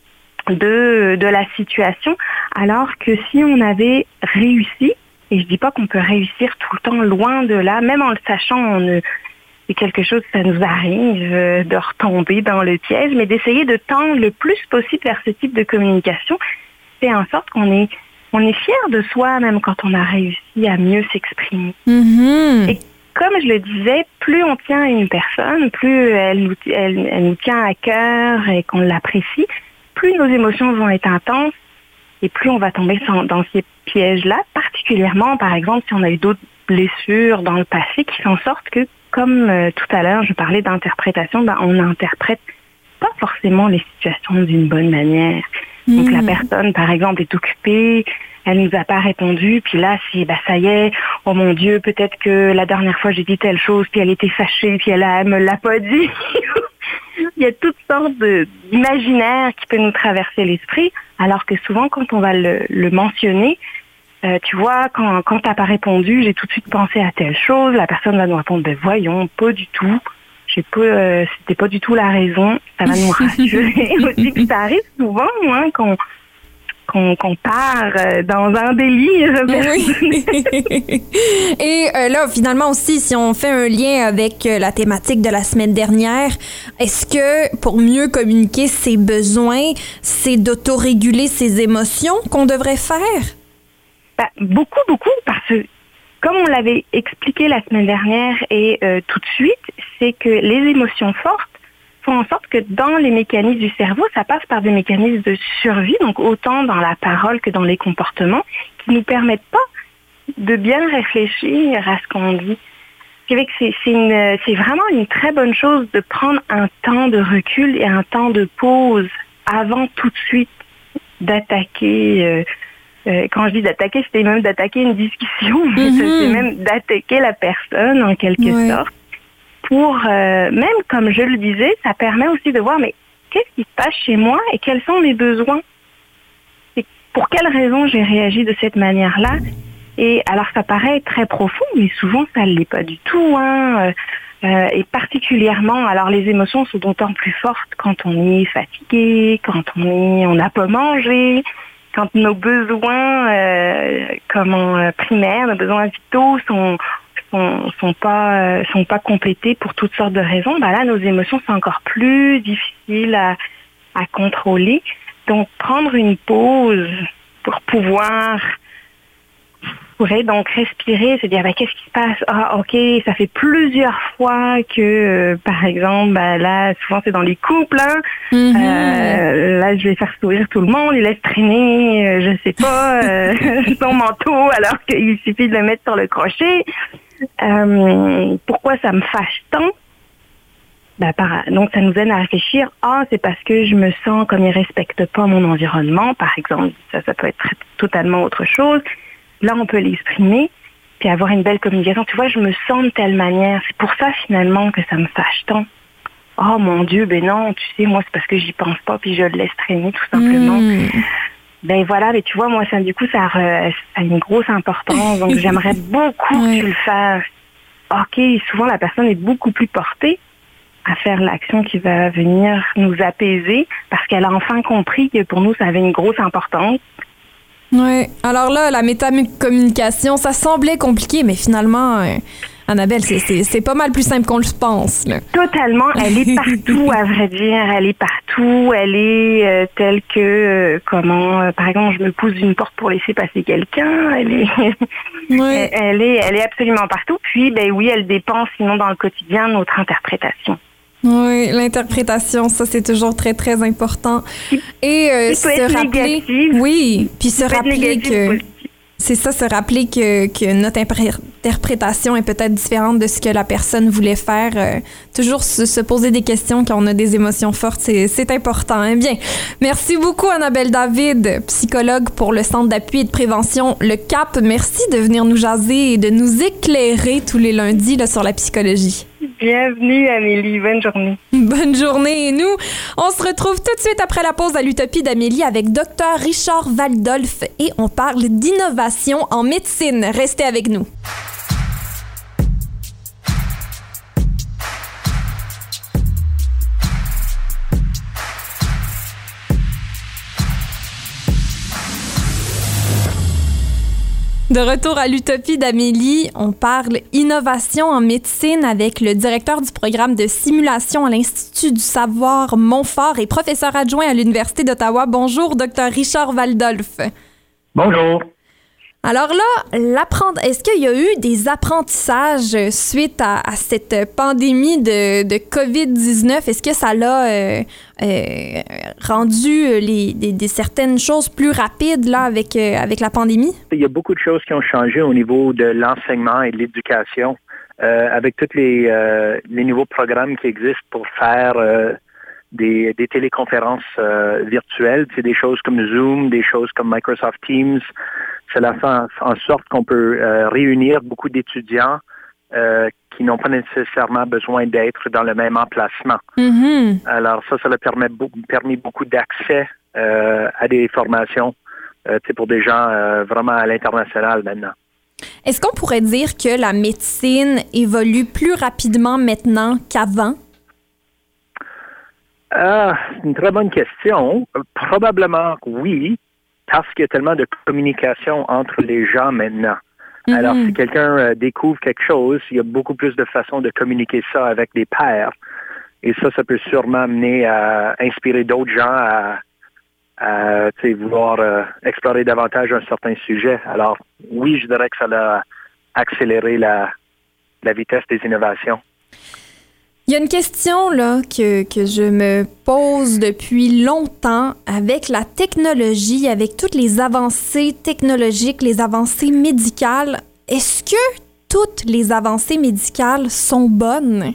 de, de la situation, alors que si on avait réussi, et je dis pas qu'on peut réussir tout le temps, loin de là, même en le sachant, on ne, c'est quelque chose, ça nous arrive de retomber dans le piège, mais d'essayer de tendre le plus possible vers ce type de communication, fait en sorte qu'on est, on est fier de soi, même quand on a réussi à mieux s'exprimer. Mm-hmm. Et comme je le disais, plus on tient à une personne, plus elle nous, elle, elle nous tient à cœur et qu'on l'apprécie, plus nos émotions vont être intenses et plus on va tomber dans ces pièges-là, particulièrement, par exemple, si on a eu d'autres blessures dans le passé qui font en sorte que, comme euh, tout à l'heure, je parlais d'interprétation, ben, on n'interprète pas forcément les situations d'une bonne manière. Mmh. Donc la personne, par exemple, est occupée, elle nous a pas répondu, puis là, c'est, bah, ça y est, oh mon Dieu, peut-être que la dernière fois, j'ai dit telle chose, puis elle était fâchée, puis elle, a, elle me l'a pas dit. Il y a toutes sortes de, d'imaginaires qui peuvent nous traverser l'esprit, alors que souvent, quand on va le, le mentionner, euh, tu vois, quand, quand t'as pas répondu, j'ai tout de suite pensé à telle chose, la personne va nous répondre, ben voyons, pas du tout. J'ai pas, euh, c'était pas du tout la raison, ça va nous rassurer aussi. Puis ça arrive souvent, hein, qu'on Qu'on, qu'on part dans un délire. Oui. Et euh, là, finalement aussi, si on fait un lien avec la thématique de la semaine dernière, est-ce que pour mieux communiquer ses besoins, c'est d'autoréguler ses émotions qu'on devrait faire? Ben, beaucoup, beaucoup, parce que comme on l'avait expliqué la semaine dernière et euh, tout de suite, c'est que les émotions fortes font en sorte que dans les mécanismes du cerveau, ça passe par des mécanismes de survie, donc autant dans la parole que dans les comportements, qui nous permettent pas de bien réfléchir à ce qu'on dit. ce qui fait que c'est, c'est, une, c'est vraiment une très bonne chose de prendre un temps de recul et un temps de pause avant tout de suite d'attaquer. Euh, euh, quand je dis d'attaquer, c'était même d'attaquer une discussion, mais mm-hmm. c'est même d'attaquer la personne en quelque ouais. sorte. Pour, euh, même comme je le disais, ça permet aussi de voir, mais qu'est-ce qui se passe chez moi et quels sont mes besoins? Et pour quelles raisons j'ai réagi de cette manière-là? Et alors, ça paraît très profond, mais souvent, ça ne l'est pas du tout. Hein. Euh, et particulièrement, alors les émotions sont d'autant plus fortes quand on est fatigué, quand on est, on n'a pas mangé, quand nos besoins, euh, comment euh, primaires, nos besoins vitaux sont sont, sont pas euh, sont pas complétés pour toutes sortes de raisons. Ben là, nos émotions sont encore plus difficiles à à contrôler. Donc, prendre une pause pour pouvoir pourrait donc respirer, se dire ben, qu'est-ce qui se passe? Ah ok, ça fait plusieurs fois que, euh, par exemple, ben, là, souvent c'est dans les couples, hein? mm-hmm. euh, là je vais faire sourire tout le monde, il laisse traîner, euh, je sais pas, euh, son manteau alors qu'il suffit de le mettre sur le crochet. Euh, pourquoi ça me fâche tant? Ben, par, donc ça nous aide à réfléchir. Ah, c'est parce que je me sens comme il respecte pas mon environnement, par exemple. Ça, ça peut être totalement autre chose. Là, on peut l'exprimer, puis avoir une belle communication. Tu vois, je me sens de telle manière. C'est pour ça, finalement, que ça me fâche tant. Oh, mon Dieu, ben non, tu sais, moi, c'est parce que j'y pense pas, puis je le laisse traîner, tout simplement. Mmh. Ben voilà, mais tu vois, moi, ça, du coup, ça, re, ça a une grosse importance. Donc, j'aimerais beaucoup oui. que tu le fasses. OK, souvent, la personne est beaucoup plus portée à faire l'action qui va venir nous apaiser, parce qu'elle a enfin compris que pour nous, ça avait une grosse importance. Oui. Alors là, la métacommunication, ça semblait compliqué, mais finalement, euh, Annabelle, c'est, c'est, c'est pas mal plus simple qu'on le pense. Là. Totalement. Elle est partout, à vrai dire. Elle est partout. Elle est euh, telle que, euh, comment, euh, par exemple, je me pousse d'une porte pour laisser passer quelqu'un. Elle est, oui. elle, elle est, elle est absolument partout. Puis, ben oui, elle dépend, sinon, dans le quotidien, de notre interprétation. Oui, l'interprétation, ça c'est toujours très très important. Et euh, se rappeler, négative. oui, puis se rappeler que c'est ça, se rappeler que que notre interprétation est peut-être différente de ce que la personne voulait faire. Euh, toujours se, se poser des questions quand on a des émotions fortes, c'est c'est important. Hein? Bien, merci beaucoup Annabelle David, psychologue pour le Centre d'appui et de prévention Le Cap. Merci de venir nous jaser et de nous éclairer tous les lundis là sur la psychologie. Bienvenue, Amélie. Bonne journée. Bonne journée. Et nous, on se retrouve tout de suite après la pause à l'Utopie d'Amélie avec Docteur Richard Waldolf et on parle d'innovation en médecine. Restez avec nous. De retour à l'Utopie d'Amélie, on parle innovation en médecine avec le directeur du programme de simulation à l'Institut du savoir Montfort et professeur adjoint à l'Université d'Ottawa. Bonjour, docteur Richard Waldolf. Bonjour. Alors là, l'apprendre, est-ce qu'il y a eu des apprentissages suite à, à cette pandémie de, de covid dix-neuf? Est-ce que ça l'a euh, euh, rendu les, des, des certaines choses plus rapides là, avec, euh, avec la pandémie? Il y a beaucoup de choses qui ont changé au niveau de l'enseignement et de l'éducation. Euh, avec tous les, euh, les nouveaux programmes qui existent pour faire euh, des, des téléconférences euh, virtuelles, c'est des choses comme Zoom, des choses comme Microsoft Teams. Cela fait en sorte qu'on peut euh, réunir beaucoup d'étudiants euh, qui n'ont pas nécessairement besoin d'être dans le même emplacement. Mm-hmm. Alors ça, ça a permis, permis beaucoup d'accès euh, à des formations euh, pour des gens euh, vraiment à l'international maintenant. Est-ce qu'on pourrait dire que la médecine évolue plus rapidement maintenant qu'avant? Ah, c'est une très bonne question. Probablement oui. Parce qu'il y a tellement de communication entre les gens maintenant. Mm-hmm. Alors, si quelqu'un euh, découvre quelque chose, il y a beaucoup plus de façons de communiquer ça avec des pairs. Et ça, ça peut sûrement amener à inspirer d'autres gens à, à vouloir euh, explorer davantage un certain sujet. Alors, oui, je dirais que ça a accéléré la, la vitesse des innovations. Il y a une question là que, que je me pose depuis longtemps avec la technologie, avec toutes les avancées technologiques, les avancées médicales. Est-ce que toutes les avancées médicales sont bonnes?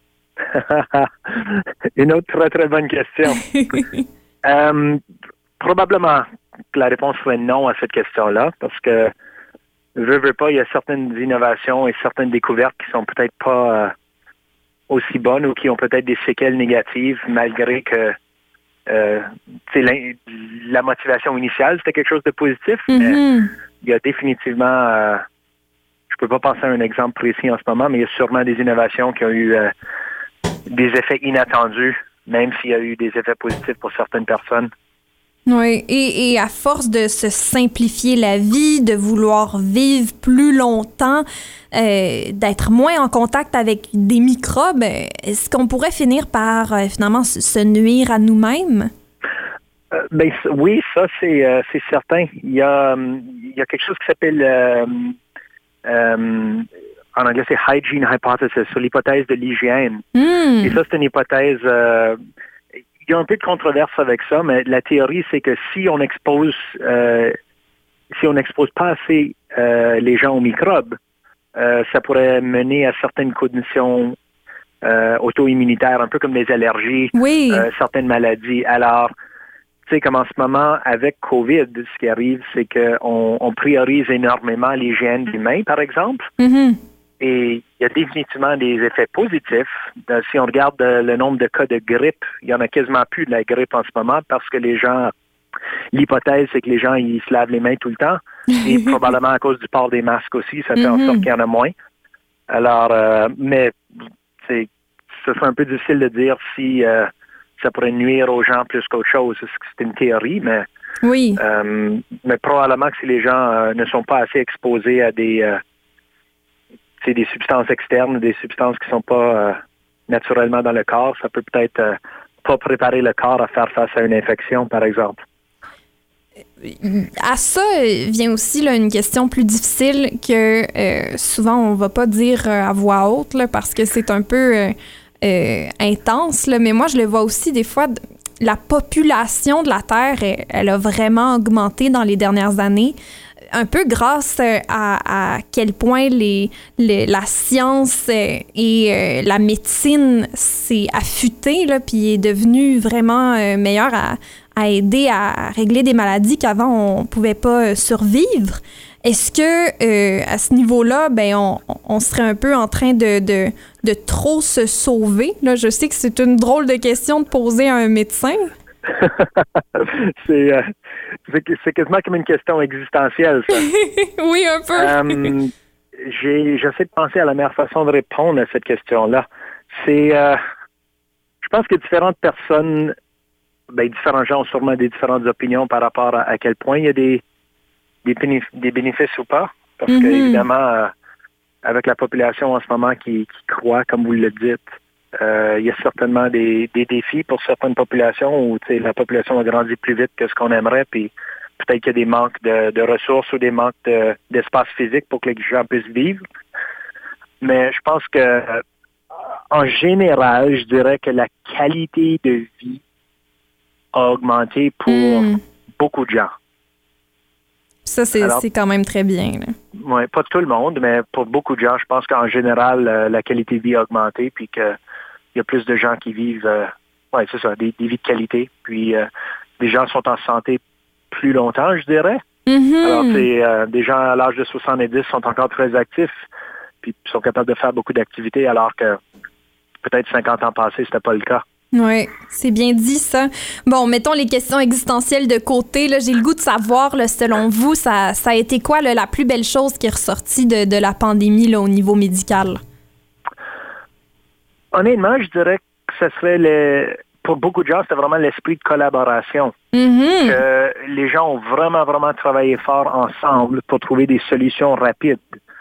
Une autre très, très bonne question. euh, probablement que la réponse serait non à cette question-là, parce que, veux, veux pas, il y a certaines innovations et certaines découvertes qui sont peut-être pas euh, aussi bonnes ou qui ont peut-être des séquelles négatives, malgré que euh, la, la motivation initiale, c'était quelque chose de positif, mm-hmm. mais il y a définitivement... Euh, je peux pas penser à un exemple précis en ce moment, mais il y a sûrement des innovations qui ont eu euh, des effets inattendus, même s'il y a eu des effets positifs pour certaines personnes. Oui, et, et à force de se simplifier la vie, de vouloir vivre plus longtemps, euh, d'être moins en contact avec des microbes, est-ce qu'on pourrait finir par euh, finalement se, se nuire à nous-mêmes? Euh, ben, oui, ça c'est, euh, c'est certain. Il y a, il y a quelque chose qui s'appelle... Euh, euh, en anglais, c'est hygiene hypothesis, sur l'hypothèse de l'hygiène. Mm. Et ça, c'est une hypothèse... Euh, il y a un peu de controverse avec ça, mais la théorie, c'est que si on expose... Euh, si on n'expose pas assez euh, les gens aux microbes, euh, ça pourrait mener à certaines conditions euh, auto-immunitaires, un peu comme les allergies, oui. euh, certaines maladies. Alors, tu sais, comme en ce moment, avec COVID, ce qui arrive, c'est qu'on on priorise énormément l'hygiène des mains, par exemple. Mm-hmm. Et il y a définitivement des effets positifs. Si on regarde le nombre de cas de grippe, il y en a quasiment plus de la grippe en ce moment parce que les gens, l'hypothèse, c'est que les gens, ils se lavent les mains tout le temps. Et probablement à cause du port des masques aussi, ça fait mm-hmm. en sorte qu'il y en a moins. Alors, euh, mais c'est, ce serait un peu difficile de dire si euh, ça pourrait nuire aux gens plus qu'autre chose. C'est une théorie, mais, oui. euh, mais probablement que si les gens euh, ne sont pas assez exposés à des... Euh, c'est des substances externes, des substances qui ne sont pas euh, naturellement dans le corps. Ça peut peut-être euh, pas préparer le corps à faire face à une infection, par exemple. À ça vient aussi là, une question plus difficile que euh, souvent on ne va pas dire euh, à voix haute là, parce que c'est un peu euh, euh, intense. Là, mais moi, je le vois aussi des fois, la population de la Terre, elle, elle a vraiment augmenté dans les dernières années. Un peu grâce à, à quel point les, les, la science et euh, la médecine s'est affûtée, là, puis est devenue vraiment euh, meilleure à, à aider à régler des maladies qu'avant on pouvait pas survivre. Est-ce que euh, à ce niveau-là, ben on, on serait un peu en train de, de, de trop se sauver? Là, je sais que c'est une drôle de question de poser à un médecin. c'est, euh, c'est, c'est quasiment comme une question existentielle, ça. Oui, un peu. Euh, j'ai, j'essaie de penser à la meilleure façon de répondre à cette question-là. C'est, euh, je pense que différentes personnes, ben, différents gens ont sûrement des différentes opinions par rapport à, à quel point il y a des, des, bénéf- des bénéfices ou pas. Parce mm-hmm. que, évidemment, euh, avec la population en ce moment qui, qui croît, comme vous le dites, Euh, il y a certainement des, des défis pour certaines populations où la population a grandi plus vite que ce qu'on aimerait, puis peut-être qu'il y a des manques de, de ressources ou des manques de, d'espace physique pour que les gens puissent vivre. Mais je pense que, en général, je dirais que la qualité de vie a augmenté pour mm. beaucoup de gens. Ça, c'est, Alors, c'est quand même très bien. Oui, pas tout le monde, mais pour beaucoup de gens, je pense qu'en général, euh, la qualité de vie a augmenté, puis que il y a plus de gens qui vivent, euh, ouais, c'est ça, des, des vies de qualité. Puis euh, les gens sont en santé plus longtemps, je dirais. Mm-hmm. Alors, c'est euh, des gens à l'âge de soixante-dix sont encore très actifs, puis sont capables de faire beaucoup d'activités, alors que peut-être cinquante ans passés, c'était pas le cas. Oui, c'est bien dit, ça. Bon, mettons les questions existentielles de côté. Là, j'ai le goût de savoir, là, selon vous, ça, ça a été quoi là, la plus belle chose qui est ressortie de, de la pandémie là, au niveau médical? Honnêtement, je dirais que ce serait, le, pour beaucoup de gens, c'était vraiment l'esprit de collaboration. Mm-hmm. Que les gens ont vraiment, vraiment travaillé fort ensemble pour trouver des solutions rapides.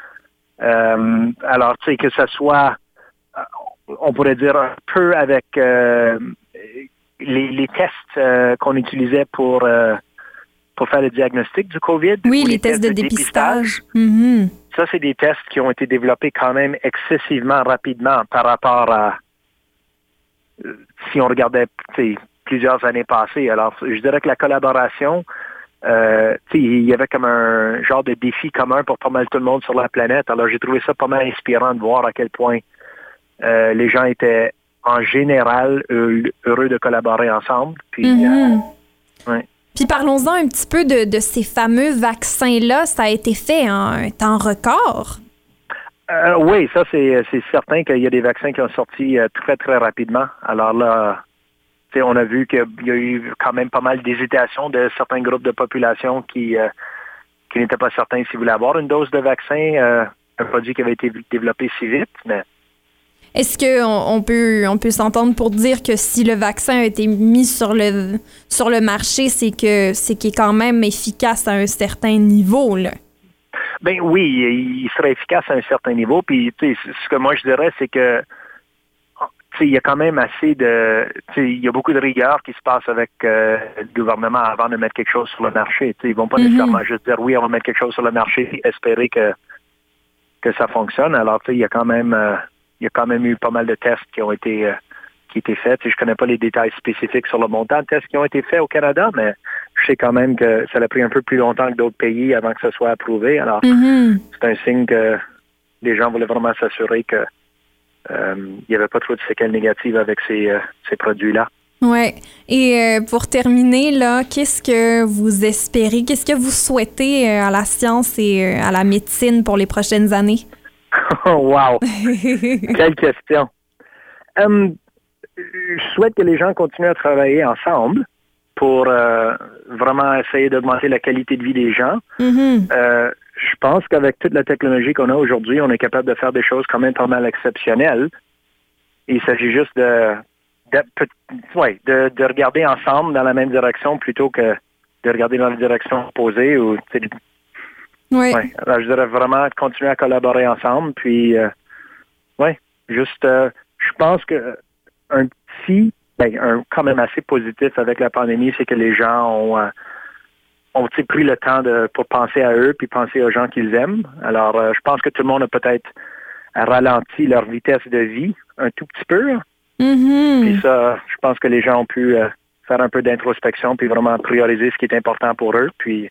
Euh, alors, tu sais, que ce soit... on pourrait dire un peu avec euh, les, les tests euh, qu'on utilisait pour, euh, pour faire le diagnostic du COVID. Oui, les, les tests, tests de, de dépistage. dépistage. Mm-hmm. Ça, c'est des tests qui ont été développés quand même excessivement rapidement par rapport à si on regardait plusieurs années passées. Alors, je dirais que la collaboration, euh, il y avait comme un genre de défi commun pour pas mal tout le monde sur la planète. Alors, j'ai trouvé ça pas mal inspirant de voir à quel point euh, les gens étaient en général heureux de collaborer ensemble. Puis, mm-hmm. euh, ouais. Puis parlons-en un petit peu de, de ces fameux vaccins-là. Ça a été fait en un temps record. Euh, oui, ça, c'est, c'est certain qu'il y a des vaccins qui ont sorti euh, très, très rapidement. Alors là, on a vu qu'il y a eu quand même pas mal d'hésitations de certains groupes de population qui, euh, qui n'étaient pas certains s'ils voulaient avoir une dose de vaccin, euh, un produit qui avait été développé si vite. Mais est-ce qu'on on peut, on peut s'entendre pour dire que si le vaccin a été mis sur le, sur le marché, c'est que c'est qu'il est quand même efficace à un certain niveau, là? Ben oui, il serait efficace à un certain niveau. Puis, tu sais, ce que moi je dirais, c'est que, tu sais, il y a quand même assez de, tu sais, il y a beaucoup de rigueur qui se passe avec euh, le gouvernement avant de mettre quelque chose sur le marché. Tu sais, ils vont pas mm-hmm. nécessairement juste dire oui, on va mettre quelque chose sur le marché et espérer que que ça fonctionne. Alors, tu sais, il y a quand même, euh, il y a quand même eu pas mal de tests qui ont été euh, qui étaient faits. Tu sais, je connais pas les détails spécifiques sur le montant de tests qui ont été faits au Canada, mais je sais quand même que ça a pris un peu plus longtemps que d'autres pays avant que ça soit approuvé. Alors, mm-hmm. c'est un signe que les gens voulaient vraiment s'assurer que euh, il n'y avait pas trop de séquelles négatives avec ces, euh, ces produits-là. Oui. Et euh, pour terminer, là, qu'est-ce que vous espérez, qu'est-ce que vous souhaitez euh, à la science et euh, à la médecine pour les prochaines années? Wow! Quelle question! Um, je souhaite que les gens continuent à travailler ensemble pour euh, vraiment essayer d'augmenter la qualité de vie des gens. Mm-hmm. Euh, je pense qu'avec toute la technologie qu'on a aujourd'hui, on est capable de faire des choses quand même pas mal exceptionnelles. Il s'agit juste de, de, ouais, de, de regarder ensemble dans la même direction plutôt que de regarder dans la direction opposée. Ou, oui. Ouais. Alors, je dirais vraiment continuer à collaborer ensemble. Puis, euh, ouais, juste, euh, je pense que un petit Ben, un, quand même assez positif avec la pandémie, c'est que les gens ont, euh, ont pris le temps de, pour penser à eux puis penser aux gens qu'ils aiment. Alors, euh, je pense que tout le monde a peut-être ralenti leur vitesse de vie un tout petit peu. Mm-hmm. Puis ça, je pense que les gens ont pu euh, faire un peu d'introspection puis vraiment prioriser ce qui est important pour eux. Puis,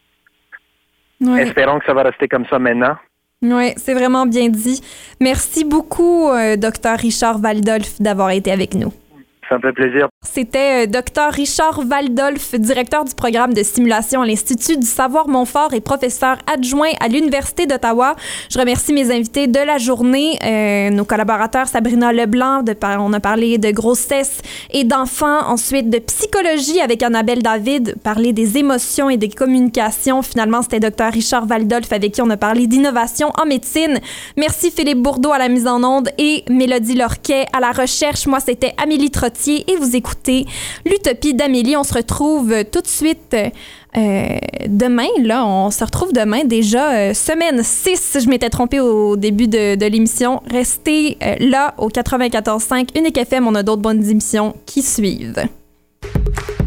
ouais. Espérons que ça va rester comme ça maintenant. Oui, c'est vraiment bien dit. Merci beaucoup, euh, docteur Richard Waldolf, d'avoir été avec nous. Ça me fait plaisir. C'était euh, docteur Richard Waldolf, directeur du programme de stimulation à l'Institut du savoir Montfort et professeur adjoint à l'Université d'Ottawa. Je remercie mes invités de la journée, euh, nos collaborateurs Sabrina Leblanc, de par, on a parlé de grossesse et d'enfants, ensuite de psychologie avec Annabelle David, parler des émotions et des communications. Finalement, c'était docteur Richard Waldolf avec qui on a parlé d'innovation en médecine. Merci Philippe Bourdeau à la mise en onde et Mélodie Lorquet à la recherche. Moi, c'était Amélie Trottier et vous écoutez l'Utopie d'Amélie. On se retrouve tout de suite euh, demain. Là, on se retrouve demain déjà, euh, semaine six. Je m'étais trompée au début de, de l'émission. Restez euh, là au quatre-vingt-quatorze virgule cinq Unique F M. On a d'autres bonnes émissions qui suivent.